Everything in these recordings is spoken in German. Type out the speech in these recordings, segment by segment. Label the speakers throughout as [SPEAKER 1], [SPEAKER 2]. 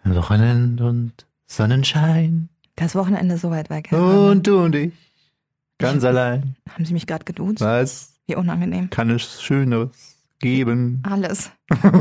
[SPEAKER 1] Wochenende und Sonnenschein.
[SPEAKER 2] Das Wochenende ist so weit weg.
[SPEAKER 1] Und du und ich. Ganz allein.
[SPEAKER 2] Haben Sie mich gerade geduzt?
[SPEAKER 1] Was
[SPEAKER 2] Wie unangenehm.
[SPEAKER 1] kann es Schöneres geben?
[SPEAKER 2] Alles.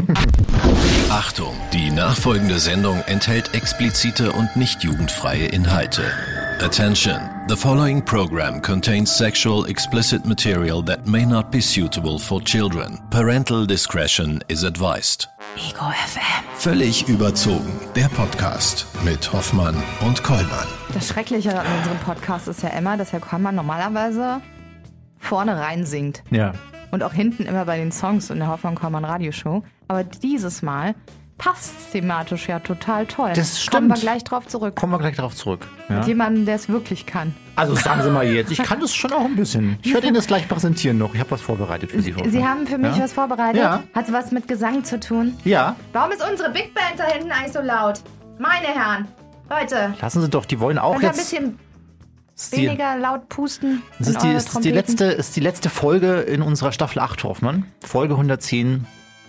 [SPEAKER 3] Achtung, die nachfolgende Sendung enthält explizite und nicht jugendfreie Inhalte. Attention, the following program contains sexual explicit material that may not be suitable for children. Parental discretion is advised.
[SPEAKER 2] Ego FM.
[SPEAKER 3] Völlig überzogen, der Podcast mit Hoffmann und Kollmann.
[SPEAKER 2] Das Schreckliche an unserem Podcast ist ja immer, dass Herr Kollmann normalerweise vorne rein singt.
[SPEAKER 1] Ja.
[SPEAKER 2] Und auch hinten immer bei den Songs in der Hoffmann-Kollmann Radioshow. Aber dieses Mal passt thematisch ja total toll.
[SPEAKER 1] Das stimmt.
[SPEAKER 2] Kommen wir gleich drauf zurück.
[SPEAKER 1] Kommen wir gleich drauf zurück. Ja?
[SPEAKER 2] Mit jemandem, der es wirklich kann.
[SPEAKER 1] Also sagen Sie mal jetzt, ich kann das schon auch ein bisschen. Ich werde Ihnen das gleich präsentieren noch. Ich habe was vorbereitet für Sie.
[SPEAKER 2] Sie haben für mich was vorbereitet?
[SPEAKER 1] Ja.
[SPEAKER 2] Hat es was mit Gesang zu tun?
[SPEAKER 1] Ja.
[SPEAKER 2] Warum ist unsere Big Band da hinten eigentlich so laut? Meine Herren, Leute,
[SPEAKER 1] Lassen Sie doch, die wollen auch
[SPEAKER 2] könnt ihr ein
[SPEAKER 1] jetzt...
[SPEAKER 2] bisschen
[SPEAKER 1] Ist die-
[SPEAKER 2] weniger laut pusten?
[SPEAKER 1] Das
[SPEAKER 2] in
[SPEAKER 1] ist die,
[SPEAKER 2] eure
[SPEAKER 1] ist, die
[SPEAKER 2] Trompeten?
[SPEAKER 1] ist die letzte Folge in unserer Staffel 8, Hoffmann. Folge 110.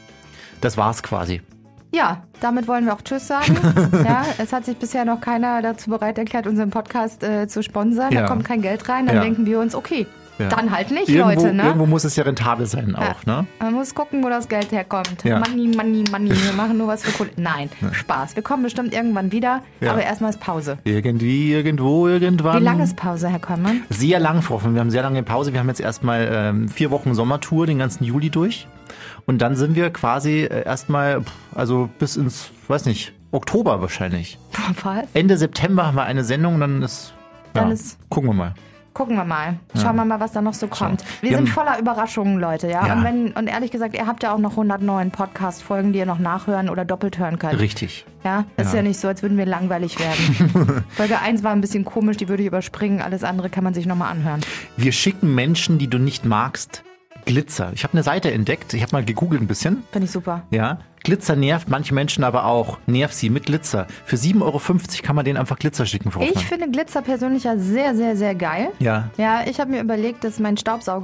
[SPEAKER 1] Das war's quasi.
[SPEAKER 2] Ja, damit wollen wir auch Tschüss sagen. Ja, es hat sich bisher noch keiner dazu bereit erklärt, unseren Podcast zu sponsern.
[SPEAKER 1] Ja.
[SPEAKER 2] Da kommt kein Geld rein. Dann
[SPEAKER 1] Ja.
[SPEAKER 2] denken wir uns, okay,
[SPEAKER 1] Ja.
[SPEAKER 2] dann halt nicht,
[SPEAKER 1] Irgendwo,
[SPEAKER 2] Leute. Ne?
[SPEAKER 1] irgendwo muss es ja rentabel sein auch, ne?
[SPEAKER 2] Man muss gucken, wo das Geld herkommt.
[SPEAKER 1] Ja.
[SPEAKER 2] Money, money, money. Wir machen nur was für Kohle. Nein, Spaß. Wir kommen bestimmt irgendwann wieder.
[SPEAKER 1] Ja.
[SPEAKER 2] Aber erstmal ist Pause.
[SPEAKER 1] Irgendwie, irgendwo, irgendwann.
[SPEAKER 2] Wie lange ist Pause, Herr Kollmann?
[SPEAKER 1] Sehr lang, Frau Hoffmann. Wir haben sehr lange Pause. Wir haben jetzt erstmal 4 Wochen Sommertour, den ganzen Juli durch. Und dann sind wir quasi erstmal, also bis ins, weiß nicht, Oktober wahrscheinlich.
[SPEAKER 2] Was?
[SPEAKER 1] Ende September haben wir eine Sendung, dann ist,
[SPEAKER 2] Dann ist-
[SPEAKER 1] gucken wir mal.
[SPEAKER 2] Gucken wir mal. Schauen wir mal, was da noch so kommt. Wir
[SPEAKER 1] Wir
[SPEAKER 2] sind
[SPEAKER 1] haben-
[SPEAKER 2] voller Überraschungen, Leute, ja.
[SPEAKER 1] Ja.
[SPEAKER 2] Und ehrlich gesagt, ihr habt ja auch noch 109 Podcast-Folgen, die ihr noch nachhören oder doppelt hören könnt.
[SPEAKER 1] Richtig.
[SPEAKER 2] Ja, ist
[SPEAKER 1] Ja.
[SPEAKER 2] ja nicht so, als würden wir langweilig werden. Folge 1 war ein bisschen komisch, die würde ich überspringen. Alles andere kann man sich nochmal anhören.
[SPEAKER 1] Wir schicken Menschen, die du nicht magst, Glitzer. Ich habe eine Seite entdeckt, ich habe mal gegoogelt ein bisschen.
[SPEAKER 2] Finde ich super.
[SPEAKER 1] Ja, Glitzer nervt manche Menschen aber auch. Nerv sie mit Glitzer. Für 7,50 € kann man denen einfach Glitzer schicken, Frau
[SPEAKER 2] Ich
[SPEAKER 1] Hoffmann.
[SPEAKER 2] finde Glitzer persönlich ja sehr, sehr, sehr geil.
[SPEAKER 1] Ja.
[SPEAKER 2] Ja, ich habe mir überlegt, dass mein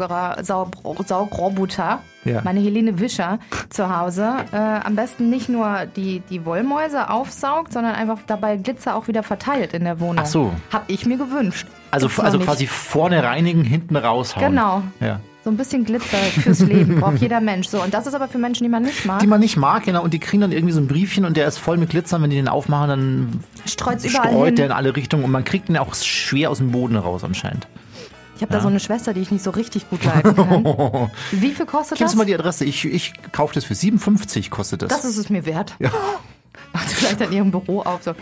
[SPEAKER 2] Saugroboter,
[SPEAKER 1] Ja.
[SPEAKER 2] meine Helene Wischer zu Hause, am besten nicht nur die Wollmäuse aufsaugt, sondern einfach dabei Glitzer auch wieder verteilt in der Wohnung.
[SPEAKER 1] Ach so.
[SPEAKER 2] Hab ich mir gewünscht.
[SPEAKER 1] Also,
[SPEAKER 2] Gibt's noch
[SPEAKER 1] also
[SPEAKER 2] nicht.
[SPEAKER 1] quasi vorne reinigen, hinten raushauen.
[SPEAKER 2] Genau.
[SPEAKER 1] Ja.
[SPEAKER 2] So ein bisschen Glitzer fürs Leben braucht jeder Mensch. So, und das ist aber für Menschen, die man nicht mag.
[SPEAKER 1] Die man nicht mag, genau. Und die kriegen dann irgendwie so ein Briefchen und der ist voll mit Glitzern. Wenn die den aufmachen, dann
[SPEAKER 2] Streut's überall
[SPEAKER 1] streut
[SPEAKER 2] hin.
[SPEAKER 1] der in alle Richtungen. Und man kriegt den auch schwer aus dem Boden raus anscheinend.
[SPEAKER 2] Ich habe da so eine Schwester, die ich nicht so richtig gut leiden kann. Wie viel kostet
[SPEAKER 1] Gibst
[SPEAKER 2] das?
[SPEAKER 1] du mal die Adresse? Ich kaufe das für 7,50 kostet das.
[SPEAKER 2] Das ist es mir wert.
[SPEAKER 1] Ja.
[SPEAKER 2] Macht sie vielleicht an ihrem Büro auf. So.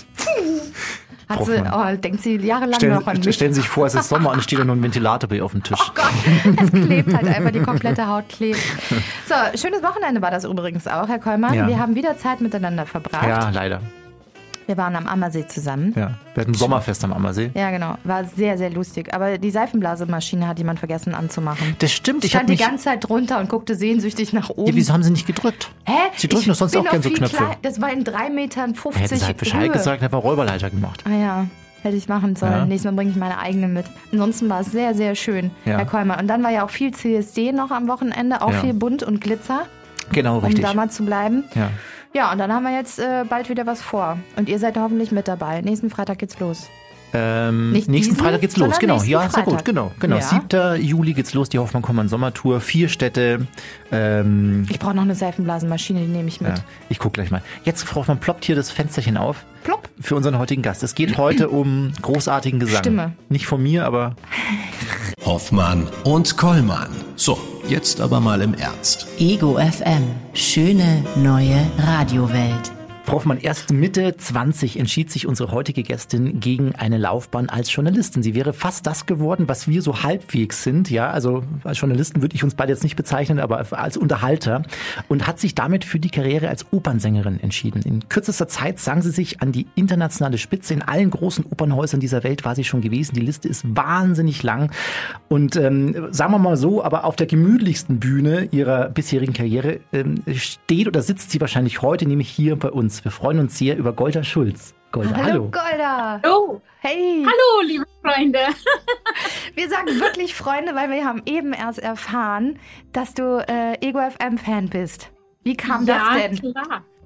[SPEAKER 2] Hat
[SPEAKER 1] Braucht
[SPEAKER 2] sie,
[SPEAKER 1] man.
[SPEAKER 2] denkt sie jahrelang noch an mich.
[SPEAKER 1] Stellen Sie sich vor, es ist Sommer und es steht da nur ein Ventilator bei ihr auf dem Tisch.
[SPEAKER 2] Oh Gott, es klebt halt einfach, die komplette Haut klebt. So, schönes Wochenende war das übrigens auch, Herr Kollmann.
[SPEAKER 1] Ja.
[SPEAKER 2] Wir haben wieder Zeit miteinander verbracht.
[SPEAKER 1] Ja, leider.
[SPEAKER 2] Wir waren am Ammersee zusammen.
[SPEAKER 1] Ja. Wir hatten ein Sommerfest am Ammersee.
[SPEAKER 2] Ja, genau. War sehr, sehr lustig. Aber die Seifenblasemaschine hat jemand vergessen anzumachen.
[SPEAKER 1] Das stimmt.
[SPEAKER 2] Ich
[SPEAKER 1] Ich habe
[SPEAKER 2] stand die
[SPEAKER 1] mich.
[SPEAKER 2] ganze Zeit drunter und guckte sehnsüchtig nach oben.
[SPEAKER 1] Ja, wieso haben Sie nicht gedrückt?
[SPEAKER 2] Hä?
[SPEAKER 1] Sie drücken doch sonst
[SPEAKER 2] bin
[SPEAKER 1] auch gern so
[SPEAKER 2] viel
[SPEAKER 1] Knöpfe.
[SPEAKER 2] klein. Das war in 3,50 Metern
[SPEAKER 1] Hätten Sie halt Bescheid
[SPEAKER 2] Höhe.
[SPEAKER 1] gesagt, einfach Räuberleiter gemacht.
[SPEAKER 2] Ah ja, hätte ich machen sollen.
[SPEAKER 1] Ja.
[SPEAKER 2] Nächstes Mal bringe ich meine eigene mit. Ansonsten war es sehr, sehr schön,
[SPEAKER 1] Ja.
[SPEAKER 2] Herr Kollmann. Und dann war ja auch viel CSD noch am Wochenende, auch
[SPEAKER 1] Ja.
[SPEAKER 2] viel Bunt und Glitzer,
[SPEAKER 1] Genau,
[SPEAKER 2] um
[SPEAKER 1] richtig.
[SPEAKER 2] da mal zu bleiben.
[SPEAKER 1] Ja.
[SPEAKER 2] Ja, und dann haben wir jetzt bald wieder was vor. Und ihr seid hoffentlich mit dabei. Nächsten Freitag geht's los. Nicht
[SPEAKER 1] Nächsten
[SPEAKER 2] diesen,
[SPEAKER 1] Freitag geht's los,
[SPEAKER 2] sondern
[SPEAKER 1] genau.
[SPEAKER 2] nächsten
[SPEAKER 1] Ja, sehr gut,
[SPEAKER 2] Freitag.
[SPEAKER 1] genau.
[SPEAKER 2] Ja.
[SPEAKER 1] 7. Juli geht's los, die Hoffmann-Kommern Sommertour. 4 Städte.
[SPEAKER 2] Ich brauche noch eine Seifenblasenmaschine, die nehme ich mit.
[SPEAKER 1] Ja, ich guck gleich mal. Jetzt, Frau Hoffmann, ploppt hier das Fensterchen auf.
[SPEAKER 2] Plopp.
[SPEAKER 1] Für unseren heutigen Gast. Es geht heute um großartigen Gesang.
[SPEAKER 2] Stimme.
[SPEAKER 1] Nicht von mir, aber
[SPEAKER 3] Hoffmann und Kollmann. So, jetzt aber mal im Ernst.
[SPEAKER 4] Ego FM. Schöne neue Radiowelt.
[SPEAKER 1] Frau Hoffmann, erst Mitte 20 entschied sich unsere heutige Gästin gegen eine Laufbahn als Journalistin. Sie wäre fast das geworden, was wir so halbwegs sind. Ja, also als Journalisten würde ich uns beide jetzt nicht bezeichnen, aber als Unterhalter. Und hat sich damit für die Karriere als Opernsängerin entschieden. In kürzester Zeit sang sie sich an die internationale Spitze. In allen großen Opernhäusern dieser Welt war sie schon gewesen. Die Liste ist wahnsinnig lang. Und sagen wir mal so, aber auf der gemütlichsten Bühne ihrer bisherigen Karriere steht oder sitzt sie wahrscheinlich heute, nämlich hier bei uns. Wir freuen uns sehr über Golda Schulz. Golda, hallo.
[SPEAKER 2] Golda.
[SPEAKER 5] Hallo.
[SPEAKER 2] Hey.
[SPEAKER 5] Hallo, liebe Freunde.
[SPEAKER 2] Wir sagen wirklich Freunde, weil wir haben eben erst erfahren, dass du Ego FM-Fan bist. Wie kam das denn?
[SPEAKER 5] Klar.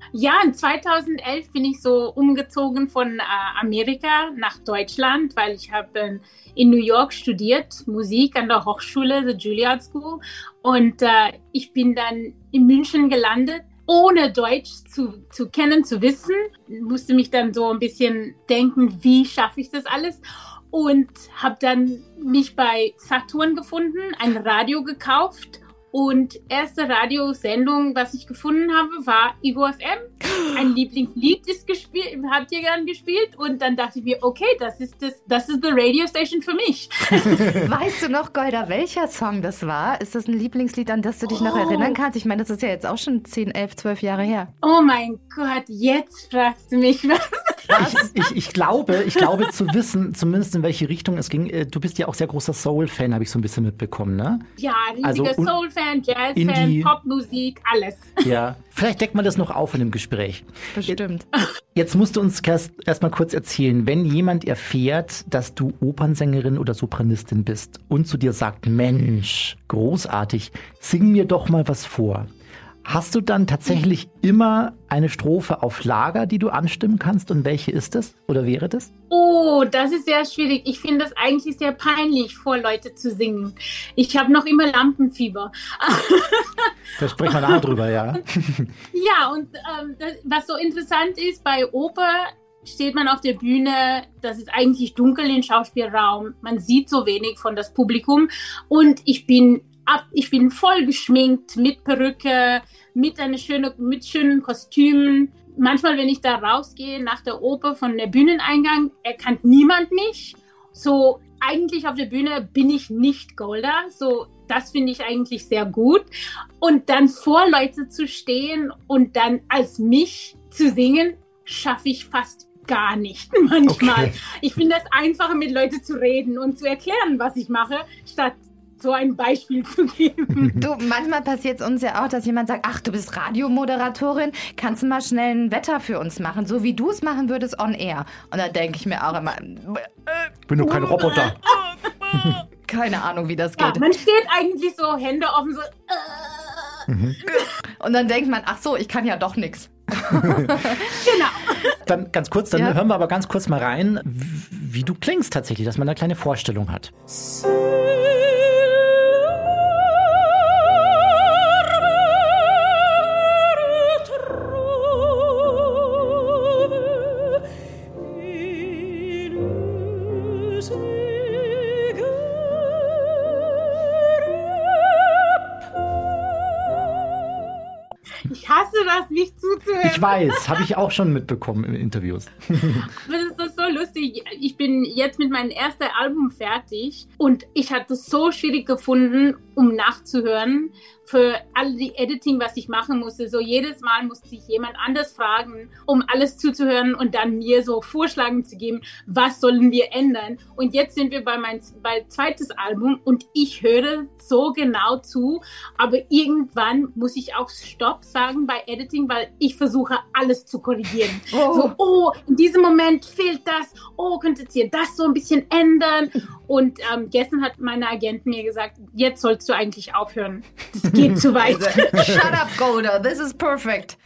[SPEAKER 5] Ja, in 2011 bin ich so umgezogen von Amerika nach Deutschland, weil ich habe in New York studiert, Musik an der Hochschule, the Juilliard School. Und ich bin dann in München gelandet, ohne Deutsch zu kennen, zu wissen. Ich musste mich dann so ein bisschen denken, wie schaffe ich das alles? Und habe dann mich bei Saturn gefunden, ein Radio gekauft. Und erste Radiosendung, was ich gefunden habe, war Ego FM. Ein Lieblingslied ist gespielt, habt ihr gern gespielt. Und dann dachte ich mir, okay, das ist the Radio Station für mich.
[SPEAKER 2] Weißt du noch, Golda, welcher Song das war? Ist das ein Lieblingslied, an das du dich noch erinnern kannst? Ich meine, das ist ja jetzt auch schon 10, 11, 12 Jahre her.
[SPEAKER 5] Oh mein Gott, jetzt fragst du mich was.
[SPEAKER 1] Ich glaube zu wissen, zumindest in welche Richtung es ging. Du bist ja auch sehr großer Soul-Fan, habe ich so ein bisschen mitbekommen, ne?
[SPEAKER 5] Ja, riesiger Soul-Fan, Jazz-Fan, Popmusik, alles.
[SPEAKER 1] Ja, vielleicht deckt man das noch auf in dem Gespräch.
[SPEAKER 2] Bestimmt.
[SPEAKER 1] Jetzt musst du uns erst mal kurz erzählen, wenn jemand erfährt, dass du Opernsängerin oder Sopranistin bist und zu dir sagt, Mensch, großartig, sing mir doch mal was vor. Hast du dann tatsächlich immer eine Strophe auf Lager, die du anstimmen kannst? Und welche ist es oder wäre das?
[SPEAKER 5] Oh, das ist sehr schwierig. Ich finde das eigentlich sehr peinlich, vor Leute zu singen. Ich habe noch immer Lampenfieber.
[SPEAKER 1] Da sprechen wir nachher drüber, ja.
[SPEAKER 5] Ja, und was so interessant ist, bei Oper steht man auf der Bühne, das ist eigentlich dunkel im Schauspielraum. Man sieht so wenig von das Publikum. Und ich bin voll geschminkt, mit Perücke, mit schönen Kostümen. Manchmal, wenn ich da rausgehe nach der Oper von der Bühneneingang, erkannt niemand mich. So, eigentlich auf der Bühne bin ich nicht Golda. So, das finde ich eigentlich sehr gut. Und dann vor Leute zu stehen und dann als mich zu singen, schaffe ich fast gar nicht manchmal. Okay. Ich finde es einfacher, mit Leuten zu reden und zu erklären, was ich mache, statt so ein Beispiel zu geben.
[SPEAKER 2] Du, manchmal passiert es uns ja auch, dass jemand sagt, ach, du bist Radiomoderatorin, kannst du mal schnell ein Wetter für uns machen, so wie du es machen würdest on air. Und dann denke ich mir auch immer,
[SPEAKER 1] bin doch kein Roboter.
[SPEAKER 2] Keine Ahnung, wie das geht.
[SPEAKER 5] Ja, man steht eigentlich so, Hände offen, so.
[SPEAKER 2] Und dann denkt man, ach so, ich kann ja doch nichts.
[SPEAKER 5] Genau.
[SPEAKER 1] Dann ganz kurz, hören wir aber ganz kurz mal rein, wie du klingst tatsächlich, dass man eine kleine Vorstellung hat.
[SPEAKER 5] Ich hasse das, nicht zuzuhören.
[SPEAKER 1] Ich weiß, habe ich auch schon mitbekommen in Interviews.
[SPEAKER 5] Das ist so lustig. Ich bin jetzt mit meinem ersten Album fertig und ich hatte es so schwierig gefunden, um nachzuhören. Für alle die Editing, was ich machen musste, so jedes Mal musste ich jemand anders fragen, um alles zuzuhören und dann mir so Vorschläge zu geben, was sollen wir ändern. Und jetzt sind wir bei zweites Album und ich höre so genau zu, aber irgendwann muss ich auch Stopp sagen bei Editing, weil ich versuche alles zu korrigieren. So, in diesem Moment fehlt das, könntet ihr das so ein bisschen ändern? Und gestern hat meine Agentin mir gesagt, jetzt sollst du eigentlich aufhören. Das geht zu weit.
[SPEAKER 2] Shut up, Golda, this is perfect.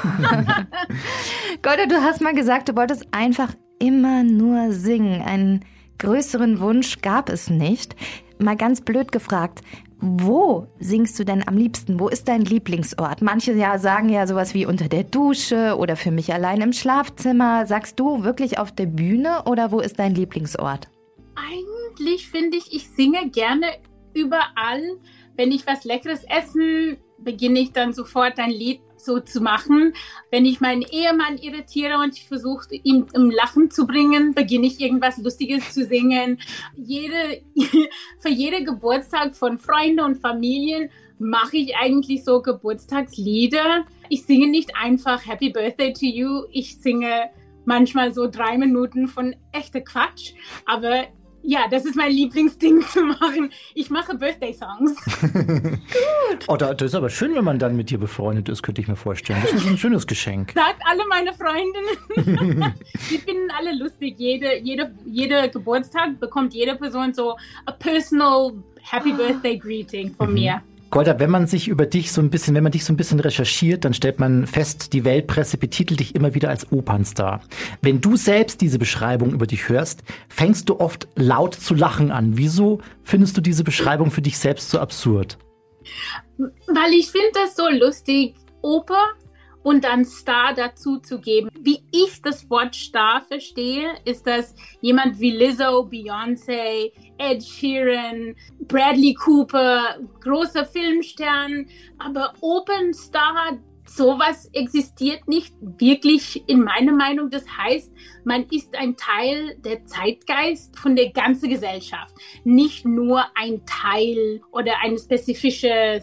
[SPEAKER 2] Golda, du hast mal gesagt, du wolltest einfach immer nur singen. Einen größeren Wunsch gab es nicht. Mal ganz blöd gefragt, wo singst du denn am liebsten? Wo ist dein Lieblingsort? Manche sagen ja sowas wie unter der Dusche oder für mich allein im Schlafzimmer. Sagst du wirklich auf der Bühne oder wo ist dein Lieblingsort?
[SPEAKER 5] Eigentlich finde ich singe gerne überall. Wenn ich was Leckeres esse, beginne ich dann sofort ein Lied so zu machen. Wenn ich meinen Ehemann irritiere und ich versuche, ihn im Lachen zu bringen, beginne ich irgendwas Lustiges zu singen. Für jeden Geburtstag von Freunden und Familien mache ich eigentlich so Geburtstagslieder. Ich singe nicht einfach Happy Birthday to You. Ich singe manchmal so 3 Minuten von echter Quatsch. Aber ja, das ist mein Lieblingsding zu machen. Ich mache Birthday-Songs.
[SPEAKER 1] Gut. Oh, das ist aber schön, wenn man dann mit dir befreundet ist, könnte ich mir vorstellen. Das ist ein schönes Geschenk.
[SPEAKER 5] Sagt alle meine Freundinnen. Die finden alle lustig. Jeder Geburtstag bekommt jede Person so a personal Happy Birthday Greeting von mir.
[SPEAKER 1] Golda, wenn man dich so ein bisschen recherchiert, dann stellt man fest, die Weltpresse betitelt dich immer wieder als Opernstar. Wenn du selbst diese Beschreibung über dich hörst, fängst du oft laut zu lachen an. Wieso findest du diese Beschreibung für dich selbst so absurd?
[SPEAKER 5] Weil ich finde das so lustig, Oper und dann Star dazu zu geben. Wie ich das Wort Star verstehe, ist das jemand wie Lizzo, Beyoncé, Ed Sheeran, Bradley Cooper, großer Filmstern. Aber Opernstar, sowas existiert nicht wirklich in meiner Meinung. Das heißt, man ist ein Teil der Zeitgeist von der ganzen Gesellschaft. Nicht nur ein Teil oder ein specific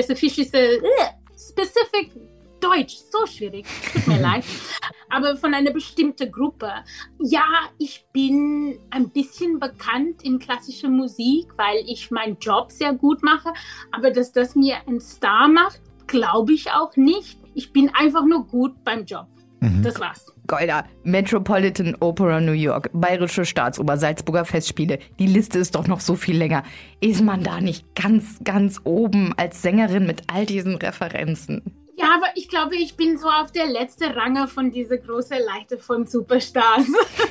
[SPEAKER 5] Deutsch, so schwierig, tut mir leid, aber von einer bestimmten Gruppe. Ja, ich bin ein bisschen bekannt in klassischer Musik, weil ich meinen Job sehr gut mache, aber dass das mir ein Star macht, glaube ich auch nicht. Ich bin einfach nur gut beim Job. Das war's.
[SPEAKER 2] Golda, Metropolitan Opera New York, Bayerische Staatsoper, Salzburger Festspiele. Die Liste ist doch noch so viel länger. Ist man da nicht ganz, ganz oben als Sängerin mit all diesen Referenzen?
[SPEAKER 5] Ja, aber ich glaube, ich bin so auf der letzten Range von dieser großen Leiter von Superstars.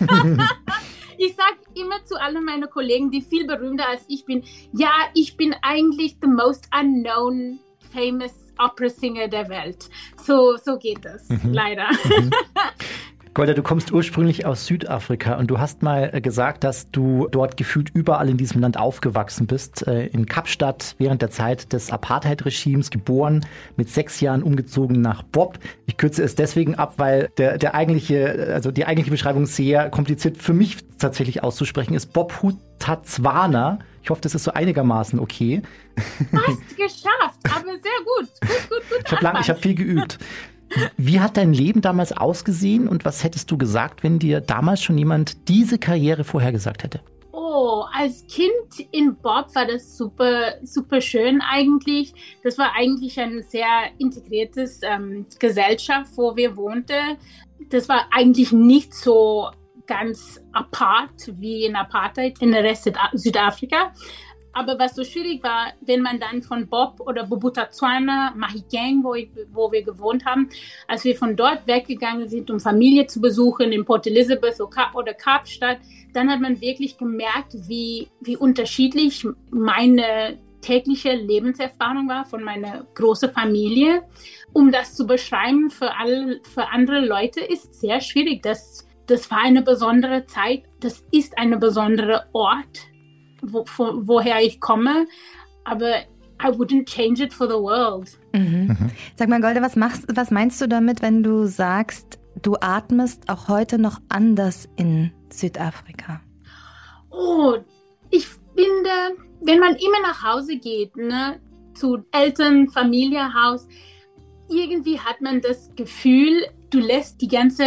[SPEAKER 5] Ich sage immer zu allen meinen Kollegen, die viel berühmter als ich bin, ja, ich bin eigentlich the most unknown famous Opera Singer der Welt. So geht das, leider.
[SPEAKER 1] Golda, du kommst ursprünglich aus Südafrika und du hast mal gesagt, dass du dort gefühlt überall in diesem Land aufgewachsen bist. In Kapstadt während der Zeit des Apartheid-Regimes geboren, mit 6 Jahren umgezogen nach Bob. Ich kürze es deswegen ab, weil die eigentliche Beschreibung sehr kompliziert für mich tatsächlich auszusprechen ist. Bophuthatswana. Ich hoffe, das ist so einigermaßen okay.
[SPEAKER 5] Fast geschafft, aber sehr gut. Gut.
[SPEAKER 1] Ich habe viel geübt. Wie hat dein Leben damals ausgesehen und was hättest du gesagt, wenn dir damals schon jemand diese Karriere vorhergesagt hätte?
[SPEAKER 5] Oh, als Kind in Bob war das super, super schön eigentlich. Das war eigentlich ein sehr integriertes Gesellschaft, wo wir wohnten. Das war eigentlich nicht so ganz apart wie in Apartheid in der Rest Südafrika. Aber was so schwierig war, wenn man dann von Bob oder Bophuthatswana, Mahikeng, wo wir gewohnt haben, als wir von dort weggegangen sind, um Familie zu besuchen in Port Elizabeth oder Kapstadt, dann hat man wirklich gemerkt, wie unterschiedlich meine tägliche Lebenserfahrung war von meiner großen Familie. Um das zu beschreiben für andere Leute ist sehr schwierig. Das war eine besondere Zeit, das ist ein besonderer Ort, woher ich komme, aber I wouldn't change it for the world.
[SPEAKER 2] Sag mal, Golda, was meinst du damit, wenn du sagst, du atmest auch heute noch anders in Südafrika?
[SPEAKER 5] Oh, ich finde, wenn man immer nach Hause geht, ne, zu Eltern, Familienhaus, irgendwie hat man das Gefühl, du lässt die ganze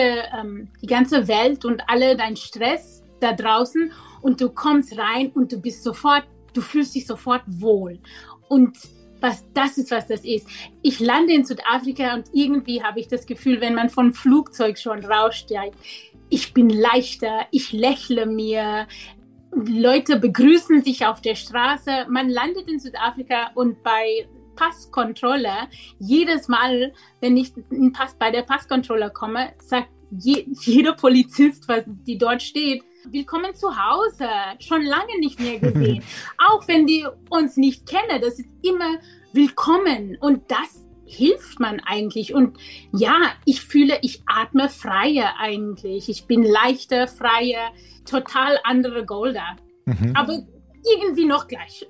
[SPEAKER 5] Welt und alle deinen Stress da draußen und du kommst rein und du fühlst dich sofort wohl. Und was das ist. Ich lande in Südafrika und irgendwie habe ich das Gefühl, wenn man vom Flugzeug schon raussteigt, ich bin leichter, ich lächle mir, Leute begrüßen sich auf der Straße. Man landet in Südafrika und bei Passkontrolle, jedes Mal, wenn ich bei der Passkontrolle komme, sagt jeder Polizist, die dort steht, willkommen zu Hause, schon lange nicht mehr gesehen. Auch wenn die uns nicht kennen, das ist immer willkommen und das hilft man eigentlich. Und ja, ich fühle, ich atme freier eigentlich. Ich bin leichter, freier, total andere Golda. Aber irgendwie noch gleich.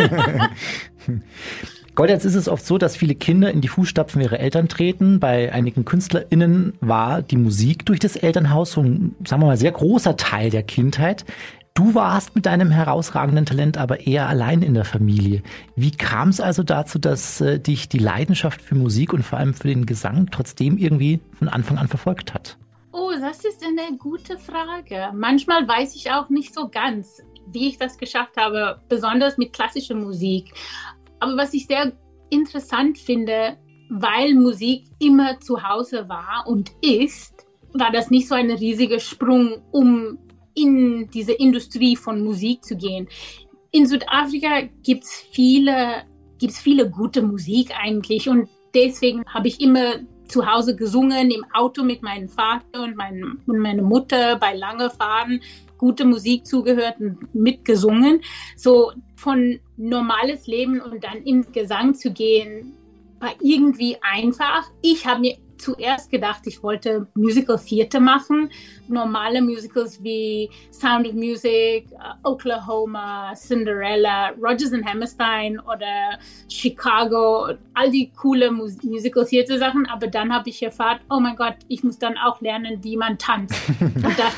[SPEAKER 1] Golda, jetzt ist es oft so, dass viele Kinder in die Fußstapfen ihrer Eltern treten. Bei einigen KünstlerInnen war die Musik durch das Elternhaus so ein, sagen wir mal, sehr großer Teil der Kindheit. Du warst mit deinem herausragenden Talent aber eher allein in der Familie. Wie kam es also dazu, dass dich die Leidenschaft für Musik und vor allem für den Gesang trotzdem irgendwie von Anfang an verfolgt hat?
[SPEAKER 5] Oh, das ist eine gute Frage. Manchmal weiß ich auch nicht so ganz, wie ich das geschafft habe, besonders mit klassischer Musik. Aber was ich sehr interessant finde, weil Musik immer zu Hause war und ist, war das nicht so ein riesiger Sprung, um in diese Industrie von Musik zu gehen. In Südafrika gibt es viele gibt es viele gute Musik eigentlich. Und deswegen habe ich immer zu Hause gesungen, im Auto mit meinem Vater und meiner Mutter bei langen Fahrten, gute Musik zugehört und mitgesungen. So von normales Leben und dann ins Gesang zu gehen, war irgendwie einfach. Ich habe mir zuerst gedacht, ich wollte Musical Theater machen. Normale Musicals wie Sound of Music, Oklahoma, Cinderella, Rodgers and Hammerstein oder Chicago, all die coole Musical Theater Sachen. Aber dann habe ich erfahren, oh mein Gott, ich muss dann auch lernen, wie man tanzt. Und das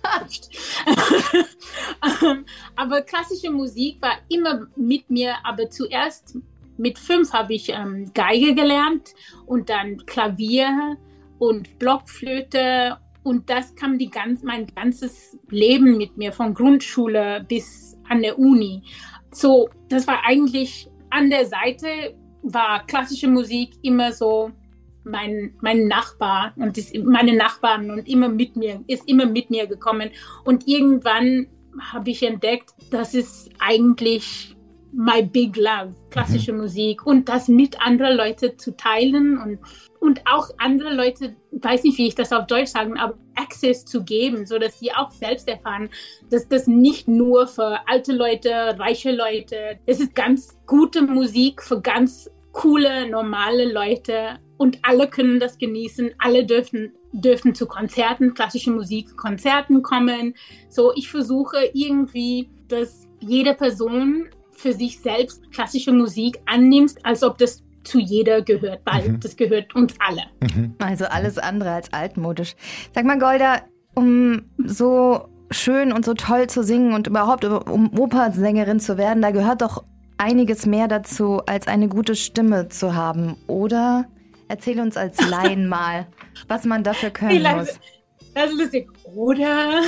[SPEAKER 5] aber klassische Musik war immer mit mir, aber zuerst mit 5 habe ich Geige gelernt und dann Klavier und Blockflöte und das kam mein ganzes Leben mit mir, von Grundschule bis an der Uni. So, das war eigentlich an der Seite, war klassische Musik immer so mein Nachbar und meine Nachbarn und ist immer mit mir gekommen. Und irgendwann habe ich entdeckt, das ist eigentlich my big love, klassische Musik und das mit anderen Leuten zu teilen und auch andere Leute, weiß nicht, wie ich das auf Deutsch sagen, aber Access zu geben, sodass sie auch selbst erfahren, dass das nicht nur für alte Leute, reiche Leute, es ist ganz gute Musik für ganz coole, normale Leute und alle können das genießen, alle dürfen zu Konzerten, klassische Musikkonzerten kommen. So, ich versuche irgendwie, dass jede Person für sich selbst klassische Musik annimmt, als ob das zu jeder gehört, weil das gehört uns alle.
[SPEAKER 2] Also alles andere als altmodisch. Sag mal, Golda, um so schön und so toll zu singen und überhaupt um Opernsängerin zu werden, da gehört doch einiges mehr dazu, als eine gute Stimme zu haben, oder? Erzähl uns als Laien mal, was man dafür können muss.
[SPEAKER 5] Das ist lustig. Oder?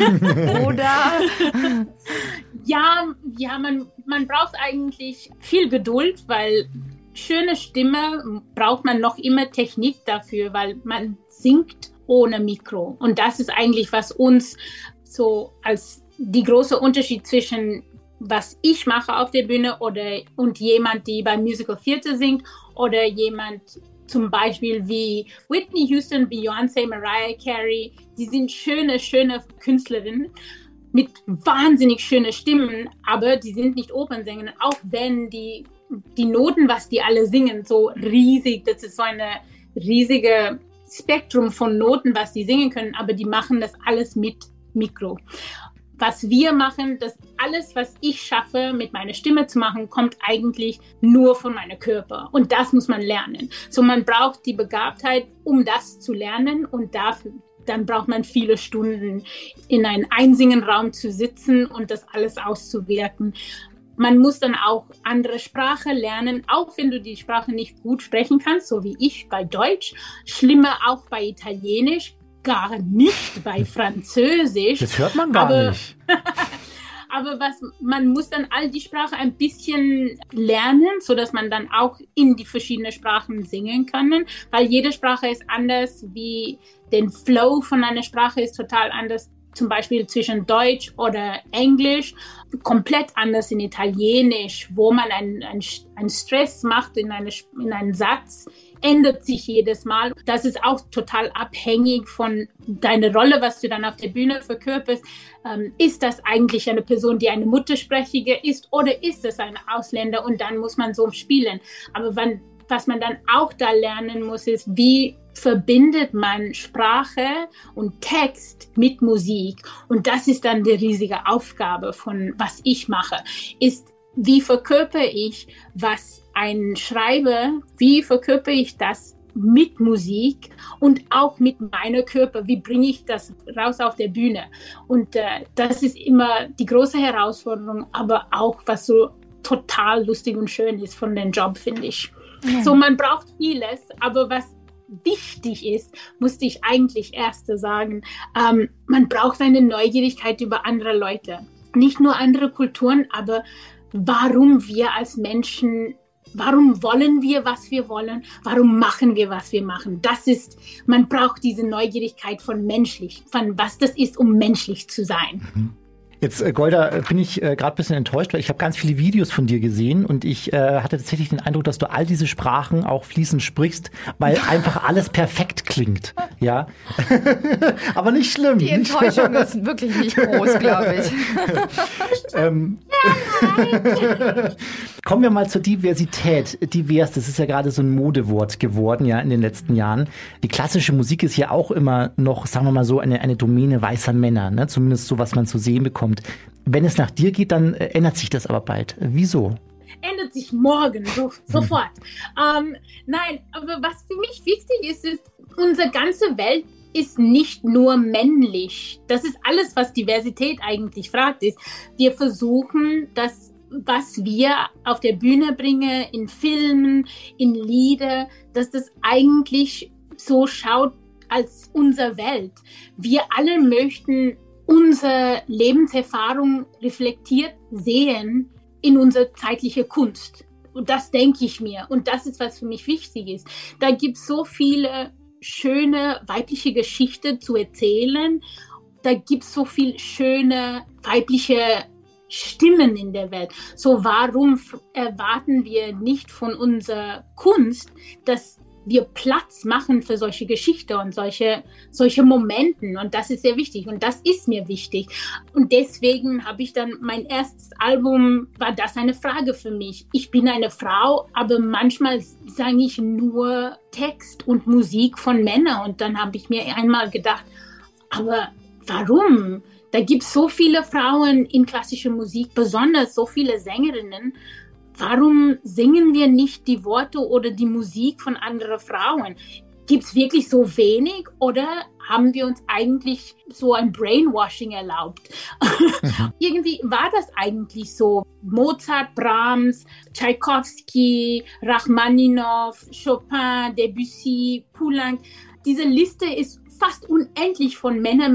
[SPEAKER 5] Ja, man braucht eigentlich viel Geduld, weil schöne Stimme braucht man noch immer Technik dafür, weil man singt ohne Mikro. Und das ist eigentlich, was uns so als die große Unterschied zwischen was ich mache auf der Bühne und jemand, die beim Musical Theater singt oder jemand zum Beispiel wie Whitney Houston, Beyoncé, Mariah Carey, die sind schöne Künstlerinnen mit wahnsinnig schönen Stimmen, aber die sind nicht Opernsänger, auch wenn die Noten, was die alle singen, so riesig, das ist so eine riesige Spektrum von Noten, was die singen können, aber die machen das alles mit Mikro. Was wir machen, das alles, was ich schaffe, mit meiner Stimme zu machen, kommt eigentlich nur von meinem Körper. Und das muss man lernen. So, man braucht die Begabtheit, um das zu lernen. Und dann braucht man viele Stunden, in einem einzigen Raum zu sitzen und das alles auszuwirken. Man muss dann auch andere Sprache lernen, auch wenn du die Sprache nicht gut sprechen kannst, so wie ich bei Deutsch. Schlimmer auch bei Italienisch. Gar nicht bei Französisch.
[SPEAKER 1] Das hört man gar nicht.
[SPEAKER 5] Aber man muss dann all die Sprache ein bisschen lernen, sodass man dann auch in die verschiedenen Sprachen singen kann. Weil jede Sprache ist anders, wie der Flow von einer Sprache ist total anders. Zum Beispiel zwischen Deutsch oder Englisch, komplett anders in Italienisch, wo man einen Stress macht in einen Satz, ändert sich jedes Mal. Das ist auch total abhängig von deiner Rolle, was du dann auf der Bühne verkörperst. Ist das eigentlich eine Person, die eine Muttersprachige ist oder ist es ein Ausländer und dann muss man so spielen. Aber was man dann auch da lernen muss, ist, wie verbindet man Sprache und Text mit Musik. Und das ist dann die riesige Aufgabe von was ich mache, ist, wie verkörper ich, was ein Schreiber, wie verkörper ich das mit Musik und auch mit meinem Körper, wie bringe ich das raus auf der Bühne. Und das ist immer die große Herausforderung, aber auch was so total lustig und schön ist von dem Job, finde ich. Ja. So, man braucht vieles, aber was wichtig ist, musste ich eigentlich erst sagen, man braucht eine Neugierigkeit über andere Leute. Nicht nur andere Kulturen, aber warum wir als Menschen, warum wollen wir, was wir wollen, warum machen wir, was wir machen. Man braucht diese Neugierigkeit von was das ist, um menschlich zu sein.
[SPEAKER 1] Jetzt, Golda, bin ich gerade ein bisschen enttäuscht, weil ich habe ganz viele Videos von dir gesehen und ich hatte tatsächlich den Eindruck, dass du all diese Sprachen auch fließend sprichst, weil einfach alles perfekt klingt. Ja, aber nicht schlimm.
[SPEAKER 2] Die Enttäuschung ist wirklich nicht groß, glaube ich.
[SPEAKER 1] Kommen wir mal zur Diversität. Divers, das ist ja gerade so ein Modewort geworden, ja, in den letzten Jahren. Die klassische Musik ist ja auch immer noch, sagen wir mal so, eine Domäne weißer Männer, ne? Zumindest so, was man zu sehen bekommt. Wenn es nach dir geht, dann ändert sich das aber bald. Wieso?
[SPEAKER 5] Ändert sich morgen, sofort. Nein, aber was für mich wichtig ist, unsere ganze Welt ist nicht nur männlich. Das ist alles, was Diversität eigentlich fragt, ist. Wir versuchen, das, was wir auf der Bühne bringen, in Filmen, in Lieder, dass das eigentlich so schaut als unsere Welt. Wir alle möchten unsere Lebenserfahrung reflektiert sehen in unsere zeitliche Kunst. Und das denke ich mir. Und das ist, was für mich wichtig ist. Da gibt es so viele schöne weibliche Geschichten zu erzählen. Da gibt es so viele schöne weibliche Stimmen in der Welt. So warum erwarten wir nicht von unserer Kunst, dass wir Platz machen für solche Geschichten und solche Momenten. Und das ist sehr wichtig. Und das ist mir wichtig. Und deswegen habe ich dann mein erstes Album, war das eine Frage für mich. Ich bin eine Frau, aber manchmal sage ich nur Text und Musik von Männern. Und dann habe ich mir einmal gedacht, aber warum? Da gibt es so viele Frauen in klassischer Musik, besonders so viele Sängerinnen. Warum singen wir nicht die Worte oder die Musik von anderen Frauen? Gibt es wirklich so wenig oder haben wir uns eigentlich so ein Brainwashing erlaubt? Irgendwie war das eigentlich so. Mozart, Brahms, Tchaikovsky, Rachmaninoff, Chopin, Debussy, Poulenc. Diese Liste ist fast unendlich von Männer.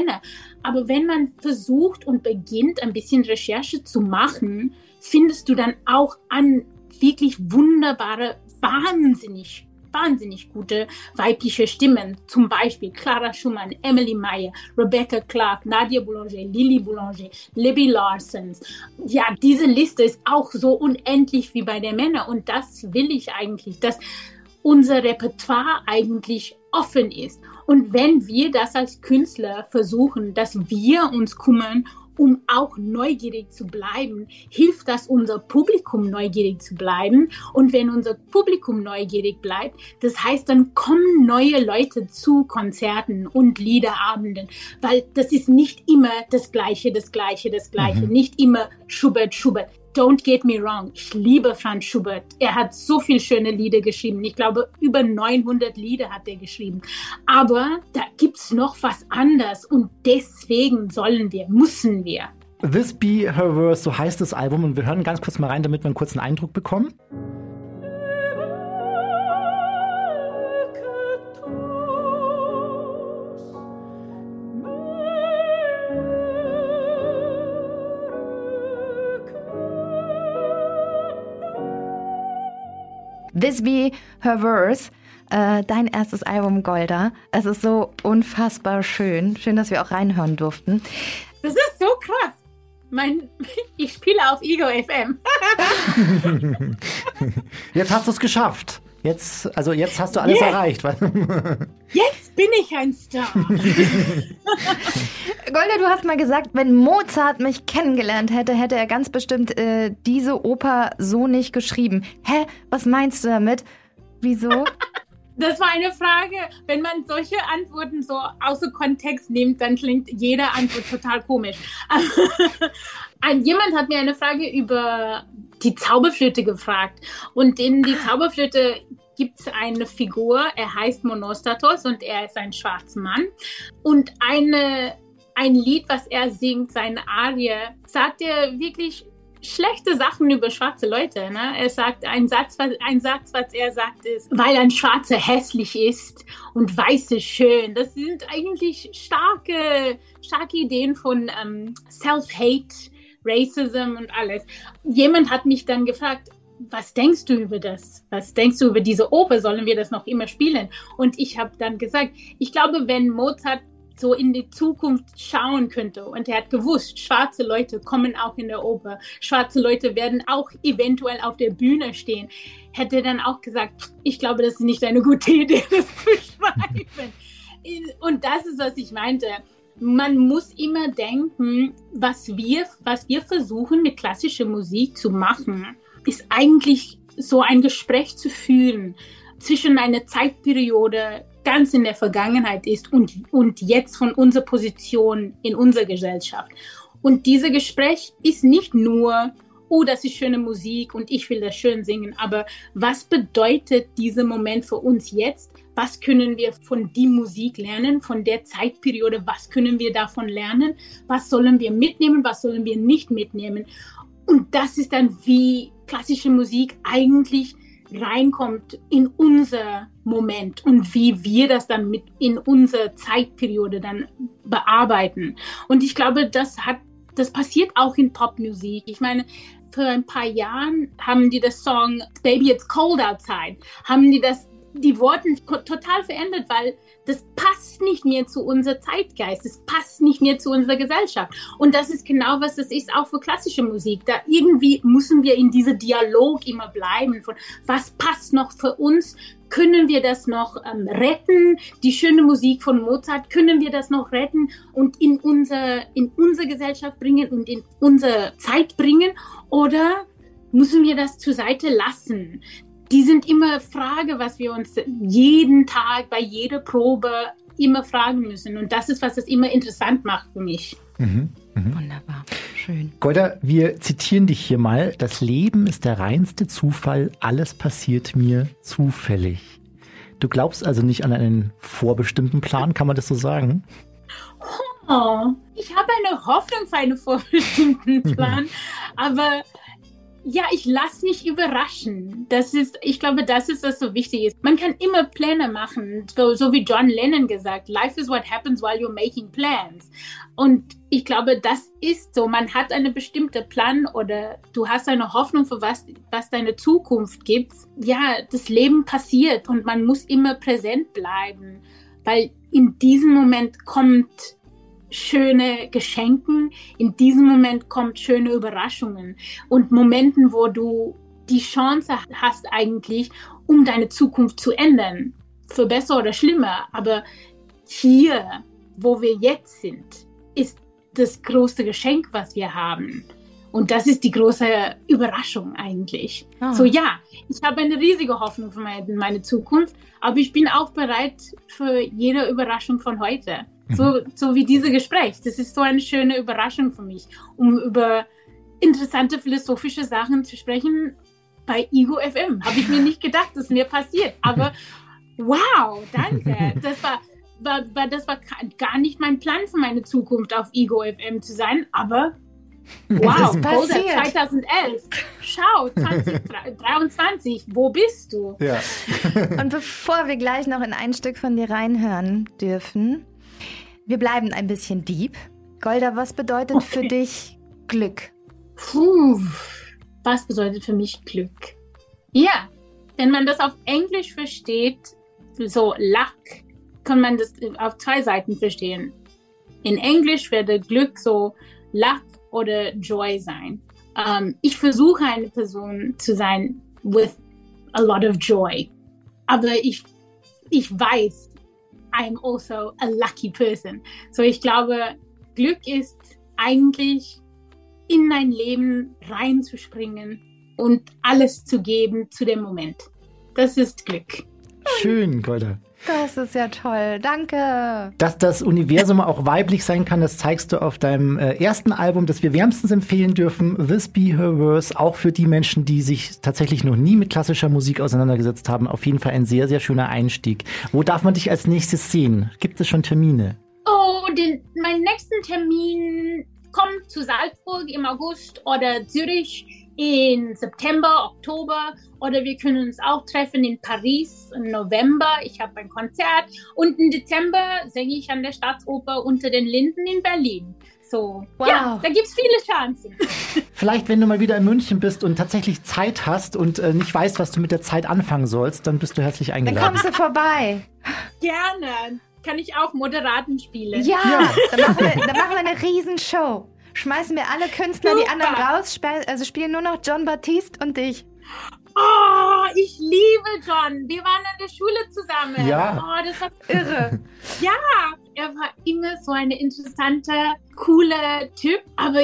[SPEAKER 5] Aber wenn man versucht und beginnt, ein bisschen Recherche zu machen, findest du dann auch an wirklich wunderbare, wahnsinnig gute weibliche Stimmen. Zum Beispiel Clara Schumann, Emily Meyer, Rebecca Clark, Nadia Boulanger, Lily Boulanger, Libby Larsons. Ja, diese Liste ist auch so unendlich wie bei den Männern. Und das will ich eigentlich, dass unser Repertoire eigentlich offen ist. Und wenn wir das als Künstler versuchen, dass wir uns kümmern, um auch neugierig zu bleiben, hilft das unser Publikum neugierig zu bleiben. Und wenn unser Publikum neugierig bleibt, das heißt, dann kommen neue Leute zu Konzerten und Liederabenden, weil das ist nicht immer das Gleiche. Nicht immer Schubert. Don't get me wrong, ich liebe Franz Schubert. Er hat so viele schöne Lieder geschrieben. Ich glaube, über 900 Lieder hat er geschrieben. Aber da gibt es noch was anderes und deswegen müssen wir.
[SPEAKER 1] This Be Her Verse, so heißt das Album und wir hören ganz kurz mal rein, damit wir einen kurzen Eindruck bekommen.
[SPEAKER 2] This Be Her Verse, dein erstes Album, Golda. Es ist so unfassbar schön. Schön, dass wir auch reinhören durften.
[SPEAKER 5] Das ist so krass. Ich spiele auf Ego FM.
[SPEAKER 1] Jetzt hast du es geschafft. Jetzt hast du alles erreicht.
[SPEAKER 5] Jetzt bin ich ein Star.
[SPEAKER 2] Golda, du hast mal gesagt, wenn Mozart mich kennengelernt hätte, hätte er ganz bestimmt diese Oper so nicht geschrieben. Hä? Was meinst du damit? Wieso?
[SPEAKER 5] Das war eine Frage. Wenn man solche Antworten so außer Kontext nimmt, dann klingt jede Antwort total komisch. Jemand hat mir eine Frage über die Zauberflöte gefragt. Und in die Zauberflöte gibt es eine Figur, er heißt Monostatos und er ist ein schwarzer Mann. Und ein Lied, was er singt, seine Arie, sagt er wirklich schlechte Sachen über schwarze Leute. Ne? Er sagt, ein Satz, was er sagt, ist, weil ein Schwarzer hässlich ist und Weiße schön. Das sind eigentlich starke Ideen von Self-Hate, Racism und alles. Jemand hat mich dann gefragt, was denkst du über das? Was denkst du über diese Oper? Sollen wir das noch immer spielen? Und ich habe dann gesagt, ich glaube, wenn Mozart so in die Zukunft schauen könnte. Und er hat gewusst, schwarze Leute kommen auch in der Oper. Schwarze Leute werden auch eventuell auf der Bühne stehen. Hätte er dann auch gesagt, ich glaube, das ist nicht eine gute Idee, das zu schreiben. Und das ist, was ich meinte. Man muss immer denken, was wir versuchen mit klassischer Musik zu machen, ist eigentlich so ein Gespräch zu führen zwischen einer Zeitperiode, ganz in der Vergangenheit ist und jetzt von unserer Position in unserer Gesellschaft. Und dieses Gespräch ist nicht nur, oh, das ist schöne Musik und ich will das schön singen, aber was bedeutet dieser Moment für uns jetzt? Was können wir von der Musik lernen, von der Zeitperiode? Was können wir davon lernen? Was sollen wir mitnehmen? Was sollen wir nicht mitnehmen? Und das ist dann, wie klassische Musik eigentlich reinkommt in unser Moment und wie wir das dann mit in unserer Zeitperiode dann bearbeiten. Und ich glaube, das passiert auch in Popmusik. Ich meine, vor ein paar Jahren haben die das Song Baby It's Cold Outside, haben die Worte total verändert, weil das passt nicht mehr zu unserem Zeitgeist, das passt nicht mehr zu unserer Gesellschaft. Und das ist genau, was das ist, auch für klassische Musik. Da irgendwie müssen wir in diesem Dialog immer bleiben, von was passt noch für uns, können wir das noch retten, die schöne Musik von Mozart, können wir das noch retten und in unsere Gesellschaft bringen und in unsere Zeit bringen, oder müssen wir das zur Seite lassen? Die sind immer Frage, was wir uns jeden Tag bei jeder Probe immer fragen müssen. Und das ist, was es immer interessant macht für mich.
[SPEAKER 2] Wunderbar, schön.
[SPEAKER 1] Golda, wir zitieren dich hier mal. Das Leben ist der reinste Zufall. Alles passiert mir zufällig. Du glaubst also nicht an einen vorbestimmten Plan, kann man das so sagen?
[SPEAKER 5] Oh, ich habe eine Hoffnung für einen vorbestimmten Plan, aber ja, ich lasse mich überraschen. Ich glaube, das ist, was so wichtig ist. Man kann immer Pläne machen, so wie John Lennon gesagt, life is what happens while you're making plans. Und ich glaube, das ist so. Man hat einen bestimmten Plan oder du hast eine Hoffnung für was deine Zukunft gibt. Ja, das Leben passiert und man muss immer präsent bleiben, weil in diesem Moment kommt schöne Geschenke, in diesem Moment kommt schöne Überraschungen und Momenten, wo du die Chance hast eigentlich, um deine Zukunft zu ändern, für besser oder schlimmer. Aber hier, wo wir jetzt sind, ist das größte Geschenk, was wir haben. Und das ist die große Überraschung eigentlich. Oh. So ja, ich habe eine riesige Hoffnung für meine Zukunft, aber ich bin auch bereit für jede Überraschung von heute. So wie dieses Gespräch. Das ist so eine schöne Überraschung für mich, um über interessante philosophische Sachen zu sprechen bei Ego FM. Habe ich mir nicht gedacht, dass mir passiert. Aber wow, danke. Das war gar nicht mein Plan für meine Zukunft, auf Ego FM zu sein. Aber wow, 2011. Schau, 2023, wo bist du?
[SPEAKER 1] Ja.
[SPEAKER 2] Und bevor wir gleich noch in ein Stück von dir reinhören dürfen, wir bleiben ein bisschen deep. Golda, was bedeutet für dich Glück?
[SPEAKER 5] Was bedeutet für mich Glück? Ja, wenn man das auf Englisch versteht, so Luck, kann man das auf zwei Seiten verstehen. In Englisch werde Glück so Luck oder Joy sein. Ich versuche eine Person zu sein with a lot of joy. Aber ich weiß, I'm also a lucky person. So ich glaube, Glück ist eigentlich in dein Leben reinzuspringen und alles zu geben zu dem Moment. Das ist Glück.
[SPEAKER 1] Schön, Golda.
[SPEAKER 2] Das ist ja toll, danke.
[SPEAKER 1] Dass das Universum auch weiblich sein kann, das zeigst du auf deinem ersten Album, das wir wärmstens empfehlen dürfen, This Be Her Verse, auch für die Menschen, die sich tatsächlich noch nie mit klassischer Musik auseinandergesetzt haben. Auf jeden Fall ein sehr, sehr schöner Einstieg. Wo darf man dich als nächstes sehen? Gibt es schon Termine?
[SPEAKER 5] Oh, mein nächsten Termin kommt zu Salzburg im August oder Zürich in September, Oktober, oder wir können uns auch treffen in Paris im November. Ich habe ein Konzert und im Dezember singe ich an der Staatsoper Unter den Linden in Berlin. So, wow. Ja, da gibt es viele Chancen.
[SPEAKER 1] Vielleicht, wenn du mal wieder in München bist und tatsächlich Zeit hast und nicht weißt, was du mit der Zeit anfangen sollst, dann bist du herzlich eingeladen.
[SPEAKER 2] Dann kommst du vorbei.
[SPEAKER 5] Gerne. kann ich auch Moderaten spielen.
[SPEAKER 2] Ja, dann machen wir eine Riesenshow. Schmeißen wir alle Künstler, die anderen raus, also spielen nur noch Jon Batiste und dich.
[SPEAKER 5] Oh, ich liebe Jon. Wir waren an der Schule zusammen.
[SPEAKER 1] Ja.
[SPEAKER 5] Oh, das war irre. Ja, er war immer so ein interessanter, cooler Typ. Aber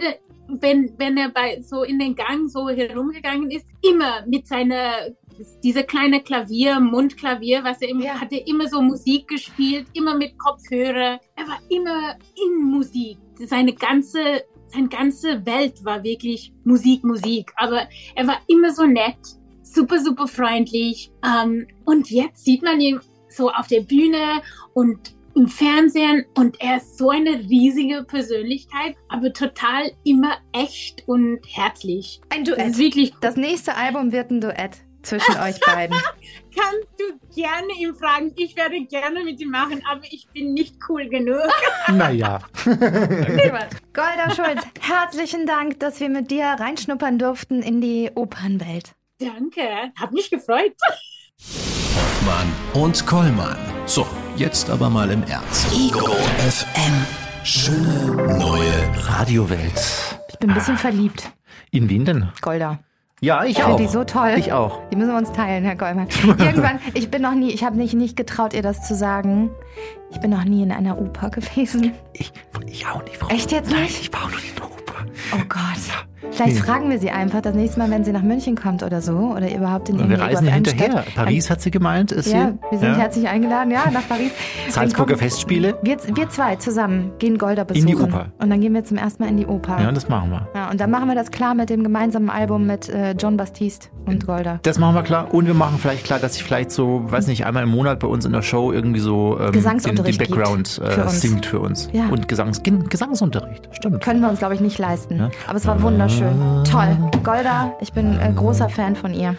[SPEAKER 5] wenn er so in den Gang so herumgegangen ist, immer mit dieser kleine Mundklavier, was er immer hatte, immer so Musik gespielt, immer mit Kopfhörer. Er war immer in Musik. Seine ganze Welt war wirklich Musik. Aber er war immer so nett, super, super freundlich. Und jetzt sieht man ihn so auf der Bühne und im Fernsehen und er ist so eine riesige Persönlichkeit, aber total immer echt und herzlich.
[SPEAKER 2] Ein Duett.
[SPEAKER 5] Das ist wirklich cool.
[SPEAKER 2] Das nächste Album wird ein Duett zwischen euch beiden.
[SPEAKER 5] Kannst du gerne ihn fragen. Ich werde gerne mit ihm machen, aber ich bin nicht cool genug.
[SPEAKER 1] Naja.
[SPEAKER 2] Golda Schulz, herzlichen Dank, dass wir mit dir reinschnuppern durften in die Opernwelt.
[SPEAKER 5] Danke, hab mich gefreut.
[SPEAKER 3] Hoffmann und Kollmann. So, jetzt aber mal im Ernst. Ego FM. Schöne neue
[SPEAKER 1] Radiowelt.
[SPEAKER 2] Ich bin ein bisschen verliebt.
[SPEAKER 1] In wen denn?
[SPEAKER 2] Golda.
[SPEAKER 1] Ja, ich
[SPEAKER 2] Ich
[SPEAKER 1] auch.
[SPEAKER 2] finde die so toll.
[SPEAKER 1] Ich auch.
[SPEAKER 2] Die müssen wir uns teilen, Herr Gollmann. Irgendwann, ich habe mich nicht getraut, ihr das zu sagen. Ich bin noch nie in einer Oper gewesen.
[SPEAKER 1] Ich auch nicht. Frau.
[SPEAKER 2] Echt jetzt
[SPEAKER 1] Nein,
[SPEAKER 2] nicht?
[SPEAKER 1] ich war auch noch nicht in der Oper.
[SPEAKER 2] Oh Gott. Vielleicht fragen wir sie einfach das nächste Mal, wenn sie nach München kommt oder so. Oder überhaupt in
[SPEAKER 1] Wir
[SPEAKER 2] irgendeine
[SPEAKER 1] reisen ja hinterher.
[SPEAKER 2] Stadt.
[SPEAKER 1] Paris hat sie gemeint. Ist
[SPEAKER 2] Ja,
[SPEAKER 1] sie?
[SPEAKER 2] wir sind herzlich eingeladen, nach Paris.
[SPEAKER 1] Salzburger
[SPEAKER 2] Dann kommen-
[SPEAKER 1] Festspiele.
[SPEAKER 2] Wir zwei zusammen gehen Golda besuchen.
[SPEAKER 1] In die Oper.
[SPEAKER 2] Und dann gehen wir zum ersten Mal in die Oper.
[SPEAKER 1] Ja, das machen wir.
[SPEAKER 2] Ja, und dann machen wir das klar mit dem gemeinsamen Album mit Jon Batiste und Golda.
[SPEAKER 1] Das machen wir klar. Und wir machen vielleicht klar, dass sie vielleicht so, weiß nicht, einmal im Monat bei uns in der Show irgendwie so den
[SPEAKER 2] Gesangsunterricht
[SPEAKER 1] Background
[SPEAKER 2] gibt für uns.
[SPEAKER 1] singt für uns.
[SPEAKER 2] Ja.
[SPEAKER 1] Und Gesangsunterricht. Stimmt.
[SPEAKER 2] Können wir uns, glaube ich, nicht leisten.
[SPEAKER 1] Ja.
[SPEAKER 2] Aber es war wunderschön. Toll. Golda, ich bin großer Fan von ihr.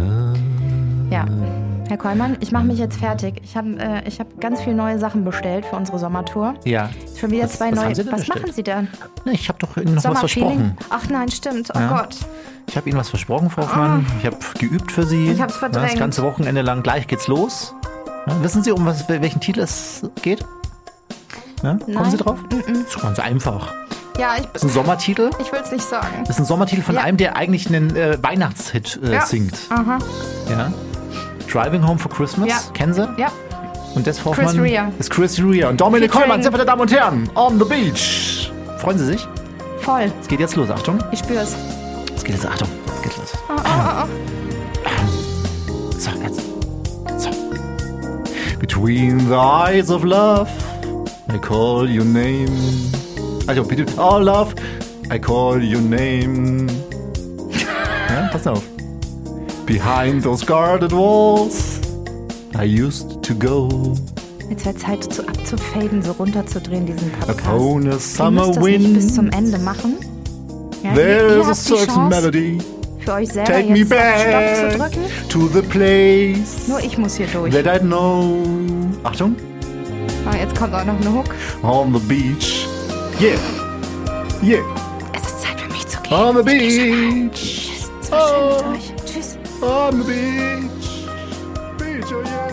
[SPEAKER 2] Ja. Herr Kollmann, ich mache mich jetzt fertig. Ich hab ganz viele neue Sachen bestellt für unsere Sommertour.
[SPEAKER 1] Ja.
[SPEAKER 2] Schon wieder
[SPEAKER 1] Was-
[SPEAKER 2] zwei
[SPEAKER 1] was
[SPEAKER 2] neue.
[SPEAKER 1] haben Sie denn
[SPEAKER 2] Was
[SPEAKER 1] bestellt?
[SPEAKER 2] machen Sie denn?
[SPEAKER 1] Ne, ich habe doch Ihnen noch was
[SPEAKER 2] Sommerfeeling?
[SPEAKER 1] versprochen.
[SPEAKER 2] Ach nein, stimmt. Oh
[SPEAKER 1] Ja.
[SPEAKER 2] Gott.
[SPEAKER 1] Ich habe Ihnen was versprochen, Frau Hoffmann. Ich habe geübt für Sie.
[SPEAKER 2] Ich hab's verdrängt.
[SPEAKER 1] Das ganze Wochenende lang. Gleich geht's los. Ja, wissen Sie, welchen Titel es geht? Ja, kommen
[SPEAKER 2] Nein.
[SPEAKER 1] Sie drauf? Das ist ganz einfach.
[SPEAKER 2] Ja,
[SPEAKER 1] Das ist ein Sommertitel.
[SPEAKER 2] ich will es nicht sagen.
[SPEAKER 1] Das ist ein Sommertitel von
[SPEAKER 2] Ja.
[SPEAKER 1] einem, der eigentlich einen Weihnachtshit
[SPEAKER 2] Ja.
[SPEAKER 1] singt.
[SPEAKER 2] Aha.
[SPEAKER 1] Ja. Driving Home for Christmas.
[SPEAKER 2] Ja.
[SPEAKER 1] Kennen Sie?
[SPEAKER 2] Ja.
[SPEAKER 1] Und das Frau
[SPEAKER 2] Chris
[SPEAKER 1] Hoffmann
[SPEAKER 2] Rea.
[SPEAKER 1] ist Chris Rea. Und Dominik
[SPEAKER 2] Featuring-
[SPEAKER 1] Kollmann, sehr verehrte Damen und Herren, on the beach. Freuen Sie sich?
[SPEAKER 2] Voll.
[SPEAKER 1] Es geht jetzt los. Achtung.
[SPEAKER 2] Ich spür's.
[SPEAKER 1] Es geht jetzt. Achtung. Es geht los. So, jetzt. So. Between the eyes of love, I call your name. Also, bitte. Oh, love, I call your name. Ja, pass auf. Behind those guarded walls, I used to go.
[SPEAKER 2] Jetzt wäre Zeit abzufaden, so runterzudrehen, diesen Podcast.
[SPEAKER 1] Upon a
[SPEAKER 2] Ihr
[SPEAKER 1] summer
[SPEAKER 2] müsst das nicht bis zum
[SPEAKER 1] wind,
[SPEAKER 2] Ende machen. Ja, ihr
[SPEAKER 1] there's a
[SPEAKER 2] habt die
[SPEAKER 1] certain
[SPEAKER 2] Chance,
[SPEAKER 1] melody.
[SPEAKER 2] für euch selber
[SPEAKER 1] Take me
[SPEAKER 2] jetzt Stopp zu
[SPEAKER 1] back
[SPEAKER 2] drücken.
[SPEAKER 1] to the place
[SPEAKER 2] Nur ich muss hier durch.
[SPEAKER 1] that I know. Achtung.
[SPEAKER 2] Oh, jetzt kommt auch noch eine Hook.
[SPEAKER 1] On the beach. Yeah. Yeah.
[SPEAKER 2] Es ist Zeit für mich zu gehen.
[SPEAKER 1] On the beach.
[SPEAKER 2] Es war schön mit euch. Tschüss.
[SPEAKER 1] On the beach. Beach, oh yeah.